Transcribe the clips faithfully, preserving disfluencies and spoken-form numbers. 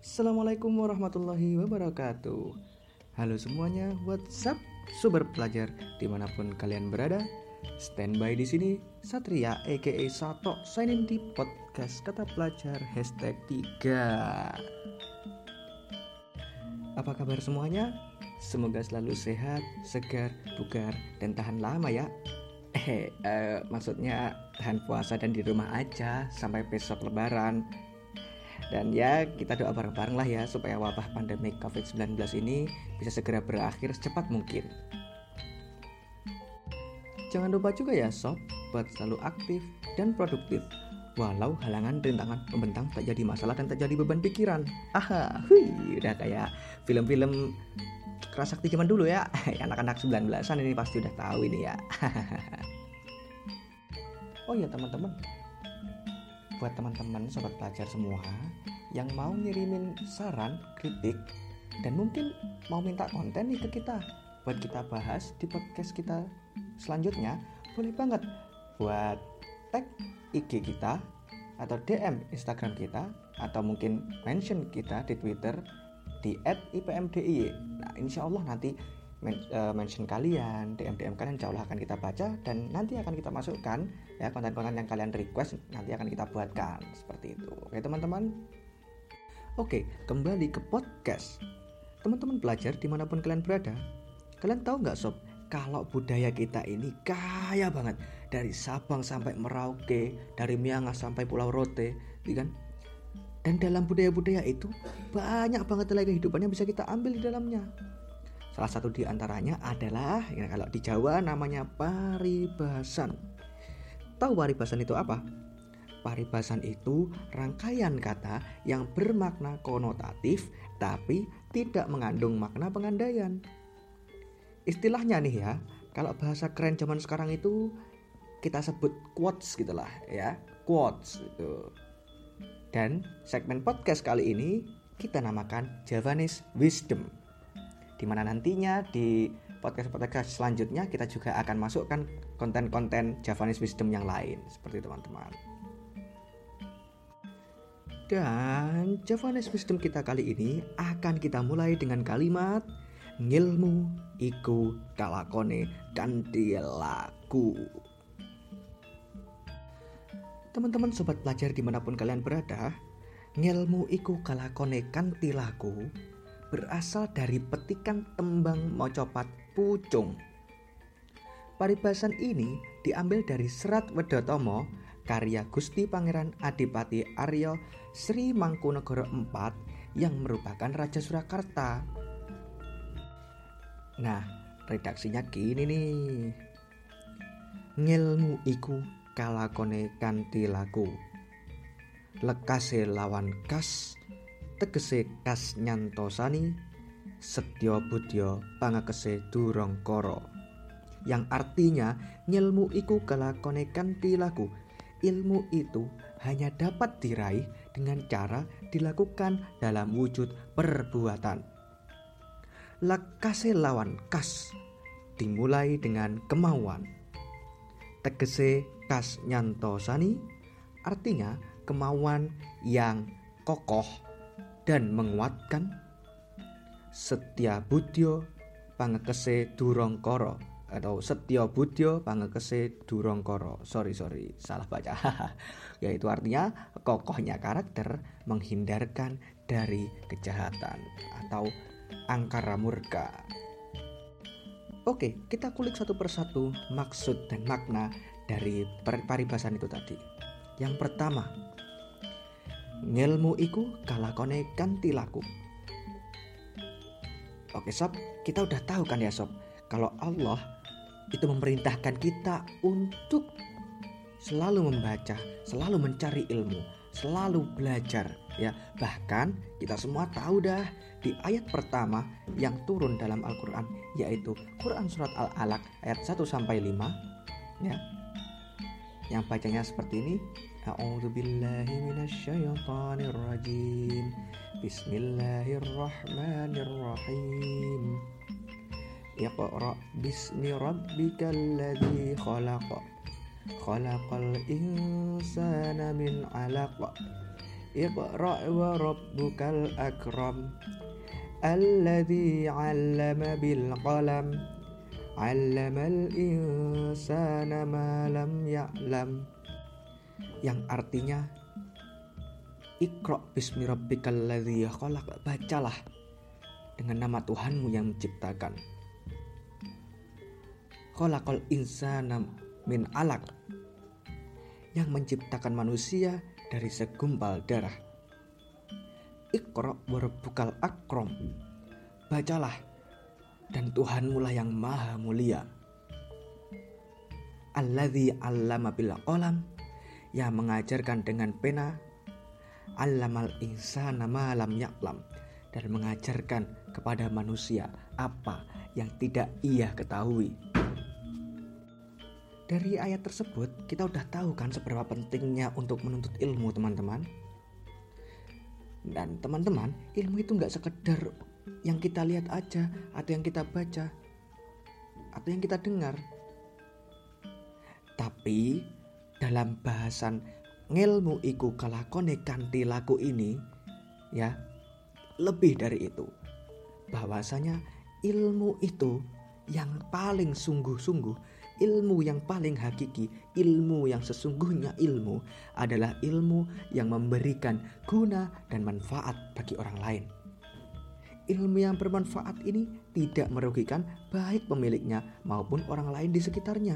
Assalamualaikum warahmatullahi wabarakatuh. Halo semuanya, what's up Sobat Pelajar dimanapun kalian berada. Standby di sini Satria aka Sato sign in di podcast Kata Pelajar hashtag tiga. Apa kabar semuanya? Semoga selalu sehat, segar, bugar, dan tahan lama ya. Eh, eh maksudnya tahan puasa dan di rumah aja sampai besok lebaran. Dan ya kita doa bareng-bareng lah ya supaya wabah pandemi covid sembilan belas ini bisa segera berakhir secepat mungkin. Jangan lupa juga ya sob, buat selalu aktif dan produktif walau halangan rintangan membentang tak jadi masalah dan tak jadi beban pikiran. Aha, hui, udah kayak film-film kerasakti zaman dulu ya. Anak-anak sembilan belasan ini pasti udah tahu ini ya. Oh ya teman-teman, buat teman-teman sobat pelajar semua yang mau ngirimin saran, kritik, dan mungkin mau minta konten nih ke kita buat kita bahas di podcast kita selanjutnya, boleh banget buat tag I G kita atau D M Instagram kita atau mungkin mention kita di Twitter di et i p m d i y. Nah insya Allah nanti men- uh, mention kalian, D M D M kalian insya Allah akan kita baca dan nanti akan kita masukkan ya konten-konten yang kalian request nanti akan kita buatkan seperti itu. Oke teman-teman. Oke, kembali ke podcast. Teman-teman pelajar dimanapun kalian berada, kalian tahu nggak sob, kalau budaya kita ini kaya banget, dari Sabang sampai Merauke, dari Miangas sampai Pulau Rote, kan? Dan dalam budaya-budaya itu banyak banget nilai kehidupan yang bisa kita ambil di dalamnya. Salah satu di antaranya adalah, ya, kalau di Jawa namanya paribasan. Tahu paribasan itu apa? Paribasan itu rangkaian kata yang bermakna konotatif tapi tidak mengandung makna pengandaian. Istilahnya nih ya, kalau bahasa keren zaman sekarang itu kita sebut quotes gitulah ya, quotes itu. Dan segmen podcast kali ini kita namakan Javanese Wisdom, di mana nantinya di podcast-podcast selanjutnya kita juga akan masukkan konten-konten Javanese Wisdom yang lain seperti teman-teman. Dan Javanese Wisdom kita kali ini akan kita mulai dengan kalimat ngilmu iku kalakone kanthi laku. Teman-teman sobat pelajar dimanapun kalian berada, ngilmu iku kalakone kanthi laku berasal dari petikan tembang mocopat pucung. Paribasan ini diambil dari Serat Wedotama karya Gusti Pangeran Adipati Arya Sri Mangkunegara empat yang merupakan Raja Surakarta. Nah, redaksinya gini nih. Ngilmu iku kalakone kanthi laku. Lekase lawan kas, tegese kas nyantosani, setya budya pangekese durung kara. Yang artinya ngilmu iku kalakone kanthi laku. Ilmu itu hanya dapat diraih dengan cara dilakukan dalam wujud perbuatan. Lekase lawan kas dimulai dengan kemauan. Tegese kas nyantosani artinya kemauan yang kokoh dan menguatkan. Setya budya pangekese durung kara atau setya budya pangekese durung kara. Sorry sorry salah baca. Yaitu artinya kokohnya karakter menghindarkan dari kejahatan atau angkara murka. Oke, kita kulik satu persatu maksud dan makna dari paribasan itu tadi. Yang pertama, ngilmu iku kalakone kanthi laku. Oke sob, kita udah tahu kan ya sob, kalau Allah itu memerintahkan kita untuk selalu membaca, selalu mencari ilmu, selalu belajar ya. Bahkan kita semua tahu dah di ayat pertama yang turun dalam Al-Qur'an, yaitu Quran surat Al-Alaq ayat satu sampai lima ya. Yang bacanya seperti ini. A'udzubillahi minasyaitonir rajim. Bismillahirrahmanirrahim. Iqra bismi rabbikal ladzi khalaq. Khalaqal insana min 'alaq. Iqra wa rabbukal akram alladzi 'allama bil qalam 'allamal insana ma lam ya'lam, yang artinya Iqra bismi rabbikal ladzi khalaq, bacalah dengan nama Tuhanmu yang menciptakan. Khalaqal insana min 'alaq, yang menciptakan manusia dari segumpal darah. Iqra wa rabbukal akram, bacalah dan Tuhanmu lah yang maha mulia. Alladzi 'allama bil qalam, yang mengajarkan dengan pena. Allamal insana ma lam ya'lam, dan mengajarkan kepada manusia apa yang tidak ia ketahui. Dari ayat tersebut kita udah tahu kan seberapa pentingnya untuk menuntut ilmu, teman-teman. Dan teman-teman, ilmu itu gak sekedar yang kita lihat aja, atau yang kita baca, atau yang kita dengar. Tapi dalam bahasan ngilmu iku kalakone kanthi laku ini, ya, lebih dari itu. Bahwasanya ilmu itu yang paling sungguh-sungguh, ilmu yang paling hakiki, ilmu yang sesungguhnya ilmu adalah ilmu yang memberikan guna dan manfaat bagi orang lain. Ilmu yang bermanfaat ini tidak merugikan baik pemiliknya maupun orang lain di sekitarnya.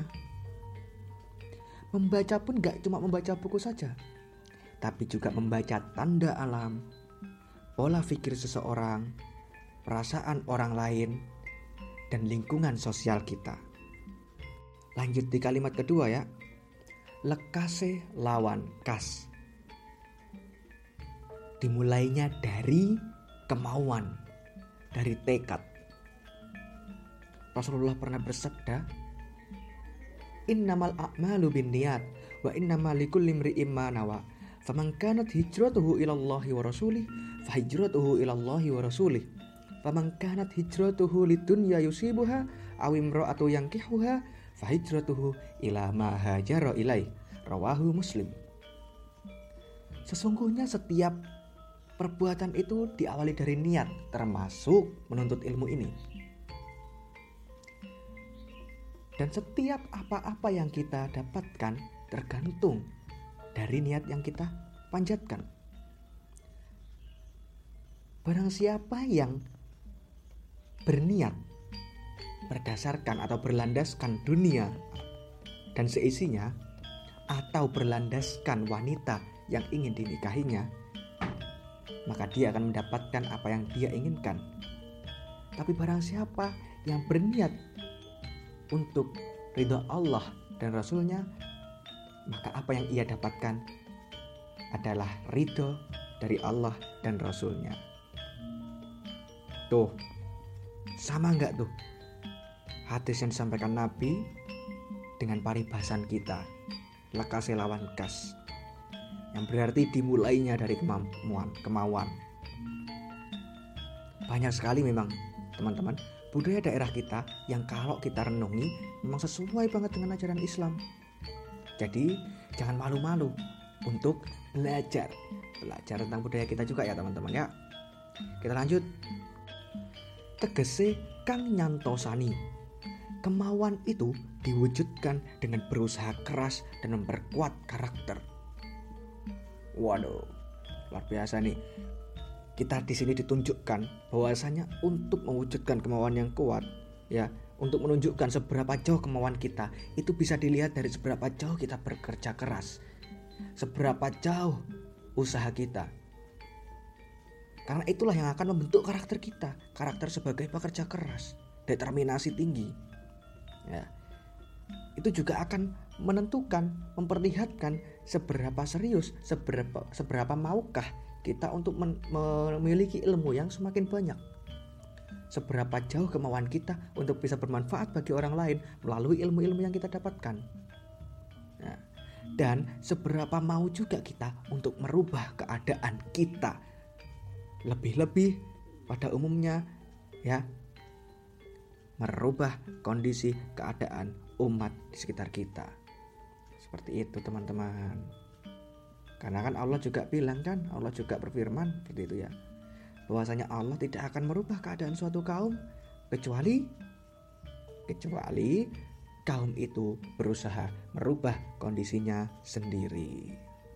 Membaca pun gak cuma membaca buku saja, tapi juga membaca tanda alam, pola pikir seseorang, perasaan orang lain, dan lingkungan sosial kita. Lanjut di kalimat kedua ya. Lekase lawan kas. Dimulainya dari kemauan, dari tekad. Rasulullah pernah bersabda, innamal a'malu binniyat wa innamal likulli imri'in ma nawa. Faman kanat hijratuhu ilallahi wa rasulih fa hijratuhu ilallahi wa rasulih. Faman kanat hijratuhu lidunya yusibuha aw imra'atu yankihuha fa hijratuhu ila ma hajara ilaih. Rawahu Muslim. Sesungguhnya setiap perbuatan itu diawali dari niat, termasuk menuntut ilmu ini. Dan setiap apa-apa yang kita dapatkan tergantung dari niat yang kita panjatkan. Barang siapa yang berniat berdasarkan atau berlandaskan dunia dan seisinya, atau berlandaskan wanita yang ingin dinikahinya, maka dia akan mendapatkan apa yang dia inginkan. Tapi barang siapa yang berniat untuk ridha Allah dan Rasulnya, maka apa yang ia dapatkan adalah ridha dari Allah dan Rasulnya. Tuh, sama enggak tuh hadis yang disampaikan Nabi dengan paribahasan kita, lekase lawan kas, yang berarti dimulainya dari kemauan, kemauan. Banyak sekali memang teman-teman budaya daerah kita yang kalau kita renungi memang sesuai banget dengan ajaran Islam. Jadi jangan malu-malu untuk belajar Belajar tentang budaya kita juga ya teman-teman ya. Kita lanjut. Tegese kang nyantosani. Kemauan itu diwujudkan dengan berusaha keras dan memperkuat karakter. Waduh, luar biasa nih. Kita di sini ditunjukkan bahwasanya untuk mewujudkan kemauan yang kuat, ya, untuk menunjukkan seberapa jauh kemauan kita, itu bisa dilihat dari seberapa jauh kita bekerja keras, seberapa jauh usaha kita. Karena itulah yang akan membentuk karakter kita, karakter sebagai pekerja keras, determinasi tinggi. Ya, itu juga akan menentukan, memperlihatkan seberapa serius, seberapa seberapa maukah kita untuk men- memiliki ilmu yang semakin banyak. Seberapa jauh kemauan kita untuk bisa bermanfaat bagi orang lain melalui ilmu-ilmu yang kita dapatkan. Nah, dan seberapa mau juga kita untuk merubah keadaan kita. Lebih-lebih pada umumnya ya, merubah kondisi keadaan umat di sekitar kita. Seperti itu teman-teman. Karena kan Allah juga bilang kan, Allah juga berfirman seperti itu ya, bahwasanya Allah tidak akan merubah keadaan suatu kaum kecuali kecuali kaum itu berusaha merubah kondisinya sendiri.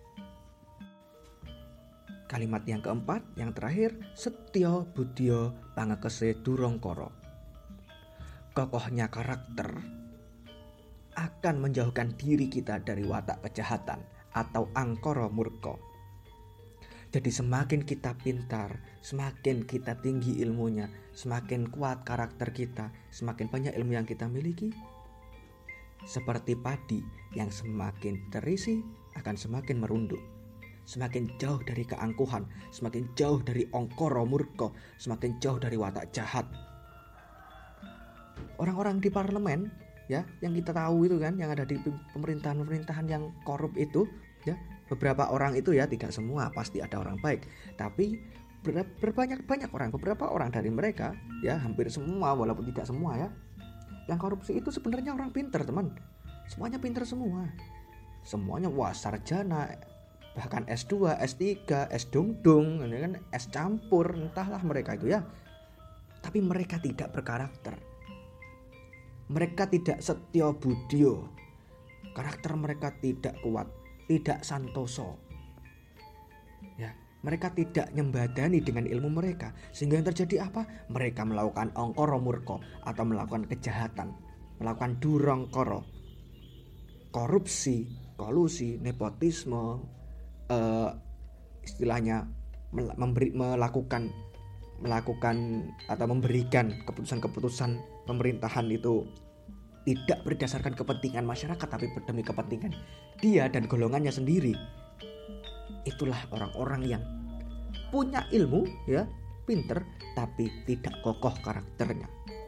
Kalimat yang keempat, yang terakhir, setya budya pangekese durung kara. Kokohnya karakter akan menjauhkan diri kita dari watak kejahatan atau angkara murka. Jadi semakin kita pintar, semakin kita tinggi ilmunya, semakin kuat karakter kita, semakin banyak ilmu yang kita miliki, seperti padi yang semakin terisi akan semakin merunduk, semakin jauh dari keangkuhan, semakin jauh dari angkara murka, semakin jauh dari watak jahat. Orang-orang di parlemen ya, yang kita tahu itu kan, yang ada di pemerintahan-pemerintahan yang korup itu ya, beberapa orang itu ya, tidak semua, pasti ada orang baik, tapi ber- berbanyak-banyak orang, beberapa orang dari mereka ya, hampir semua walaupun tidak semua ya, yang korupsi itu sebenarnya orang pintar teman, semuanya pintar semua, semuanya wah sarjana, bahkan S dua, S tiga, S dung-dung, ini kan S campur, entahlah mereka itu ya, tapi mereka tidak berkarakter. Mereka tidak setya budya, karakter mereka tidak kuat, tidak santoso. Ya, mereka tidak nyembadani dengan ilmu mereka, sehingga yang terjadi apa? Mereka melakukan angkara murka atau melakukan kejahatan, melakukan durung kara, korupsi, kolusi, nepotisme, uh, istilahnya memberi, melakukan melakukan atau memberikan keputusan-keputusan pemerintahan itu tidak berdasarkan kepentingan masyarakat, tapi demi kepentingan dia dan golongannya sendiri. Itulah orang-orang yang punya ilmu ya, pinter, tapi tidak kokoh karakternya.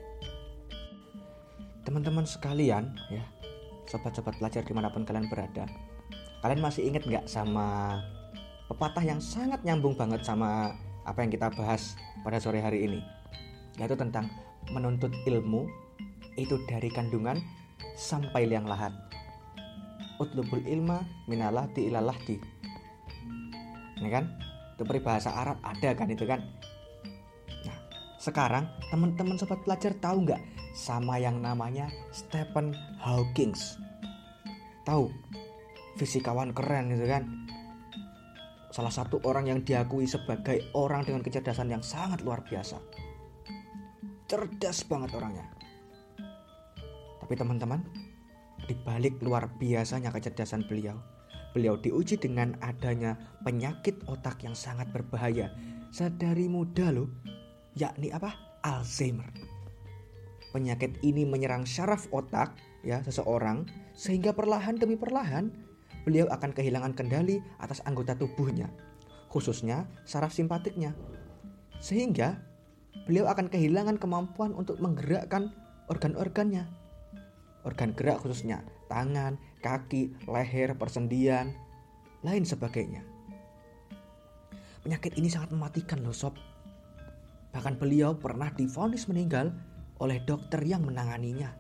Teman-teman sekalian ya, sobat-sobat pelajar dimanapun kalian berada, kalian masih ingat gak sama pepatah yang sangat nyambung banget sama apa yang kita bahas pada sore hari ini, yaitu tentang menuntut ilmu itu dari kandungan sampai liang lahat. Utlubul ilma minalahdi ilalahdi. Ini kan, itu peribahasa Arab ada kan itu kan. Nah, sekarang teman-teman sobat pelajar tahu nggak sama yang namanya Stephen Hawking? Tahu? Fisikawan keren itu kan. Salah satu orang yang diakui sebagai orang dengan kecerdasan yang sangat luar biasa. Cerdas banget orangnya. Tapi teman-teman, di balik luar biasanya kecerdasan beliau, beliau diuji dengan adanya penyakit otak yang sangat berbahaya sedari muda loh, yakni apa? Alzheimer. Penyakit ini menyerang syaraf otak ya seseorang, sehingga perlahan demi perlahan beliau akan kehilangan kendali atas anggota tubuhnya, khususnya saraf simpatiknya. Sehingga beliau akan kehilangan kemampuan untuk menggerakkan organ-organnya. Organ gerak khususnya tangan, kaki, leher, persendian, lain sebagainya. Penyakit ini sangat mematikan loh sob. Bahkan beliau pernah divonis meninggal oleh dokter yang menanganinya.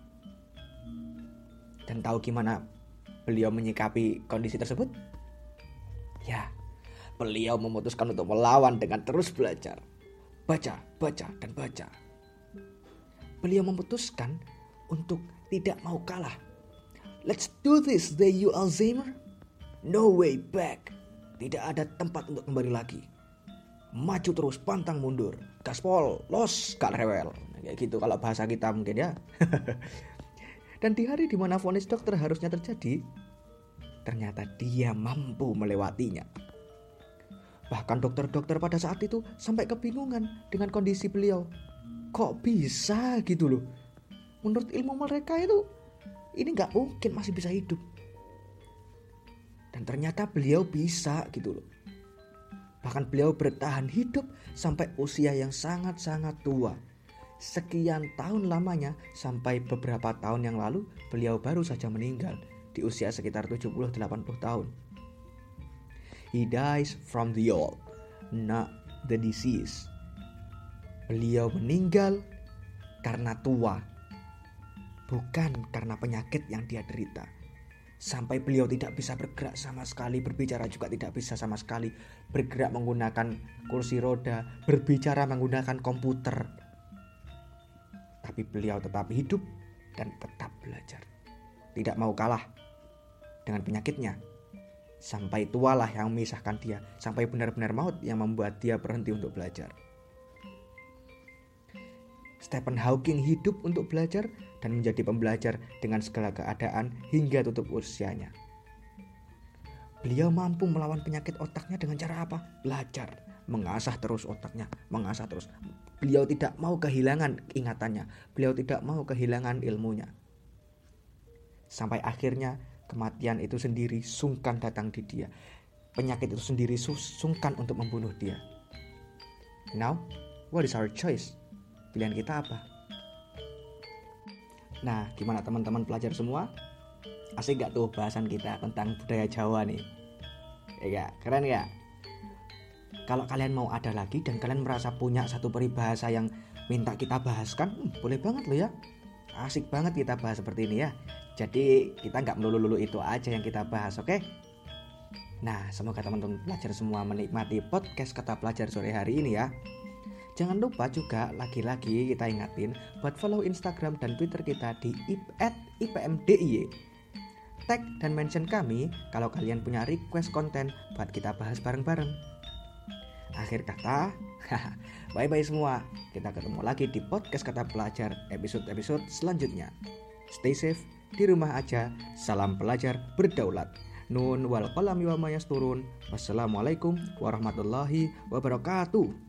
Dan tahu gimana beliau menyikapi kondisi tersebut? Ya, beliau memutuskan untuk melawan dengan terus belajar. Baca, baca, dan baca. Beliau memutuskan untuk tidak mau kalah. Let's do this, the you Alzheimer. No way back. Tidak ada tempat untuk kembali lagi. Maju terus, pantang mundur. Gaspol, los, gak rewel. Kayak gitu kalau bahasa kita mungkin ya. Dan di hari dimana vonis dokter harusnya terjadi, ternyata dia mampu melewatinya. Bahkan dokter-dokter pada saat itu sampai kebingungan dengan kondisi beliau. Kok bisa gitu loh? Menurut ilmu mereka itu, ini gak mungkin masih bisa hidup. Dan ternyata beliau bisa gitu loh. Bahkan beliau bertahan hidup sampai usia yang sangat-sangat tua. Sekian tahun lamanya, sampai beberapa tahun yang lalu beliau baru saja meninggal di usia sekitar tujuh puluh sampai delapan puluh tahun. He dies from the old, not the disease. Beliau meninggal karena tua, bukan karena penyakit yang dia derita. sampai beliau tidak bisa bergerak sama sekali, berbicara juga tidak bisa sama sekali, bergerak menggunakan kursi roda, berbicara menggunakan komputer. Tapi beliau tetap hidup dan tetap belajar. Tidak mau kalah dengan penyakitnya. Sampai tualah yang memisahkan dia, sampai benar-benar maut yang membuat dia berhenti untuk belajar. Stephen Hawking hidup untuk belajar dan menjadi pembelajar dengan segala keadaan hingga tutup usianya. Beliau mampu melawan penyakit otaknya dengan cara apa? Belajar, mengasah terus otaknya, mengasah terus. Beliau tidak mau kehilangan ingatannya, beliau tidak mau kehilangan ilmunya. Sampai akhirnya kematian itu sendiri sungkan datang di dia. Penyakit itu sendiri sungkan untuk membunuh dia. Now, what is our choice? Pilihan kita apa? Nah, gimana teman-teman pelajar semua? Asik gak tuh bahasan kita tentang budaya Jawa nih? Ya, keren ya? Kalau kalian mau ada lagi dan kalian merasa punya satu peribahasa yang minta kita bahaskan, hmm, boleh banget loh ya. Asik banget kita bahas seperti ini ya. Jadi kita gak melulu-lulu itu aja yang kita bahas, oke? Okay? Nah, semoga teman-teman pelajar semua menikmati podcast Kata Pelajar sore hari ini ya. Jangan lupa juga lagi-lagi kita ingatin buat follow Instagram dan Twitter kita di at I P M D I Y. Tag dan mention kami kalau kalian punya request konten buat kita bahas bareng-bareng. Akhir kata, bye-bye semua. Kita ketemu lagi di podcast Kata Pelajar episode-episode selanjutnya. Stay safe, di rumah aja. Salam pelajar berdaulat. Nun wal qalami wa ma yasturun. Wassalamualaikum warahmatullahi wabarakatuh.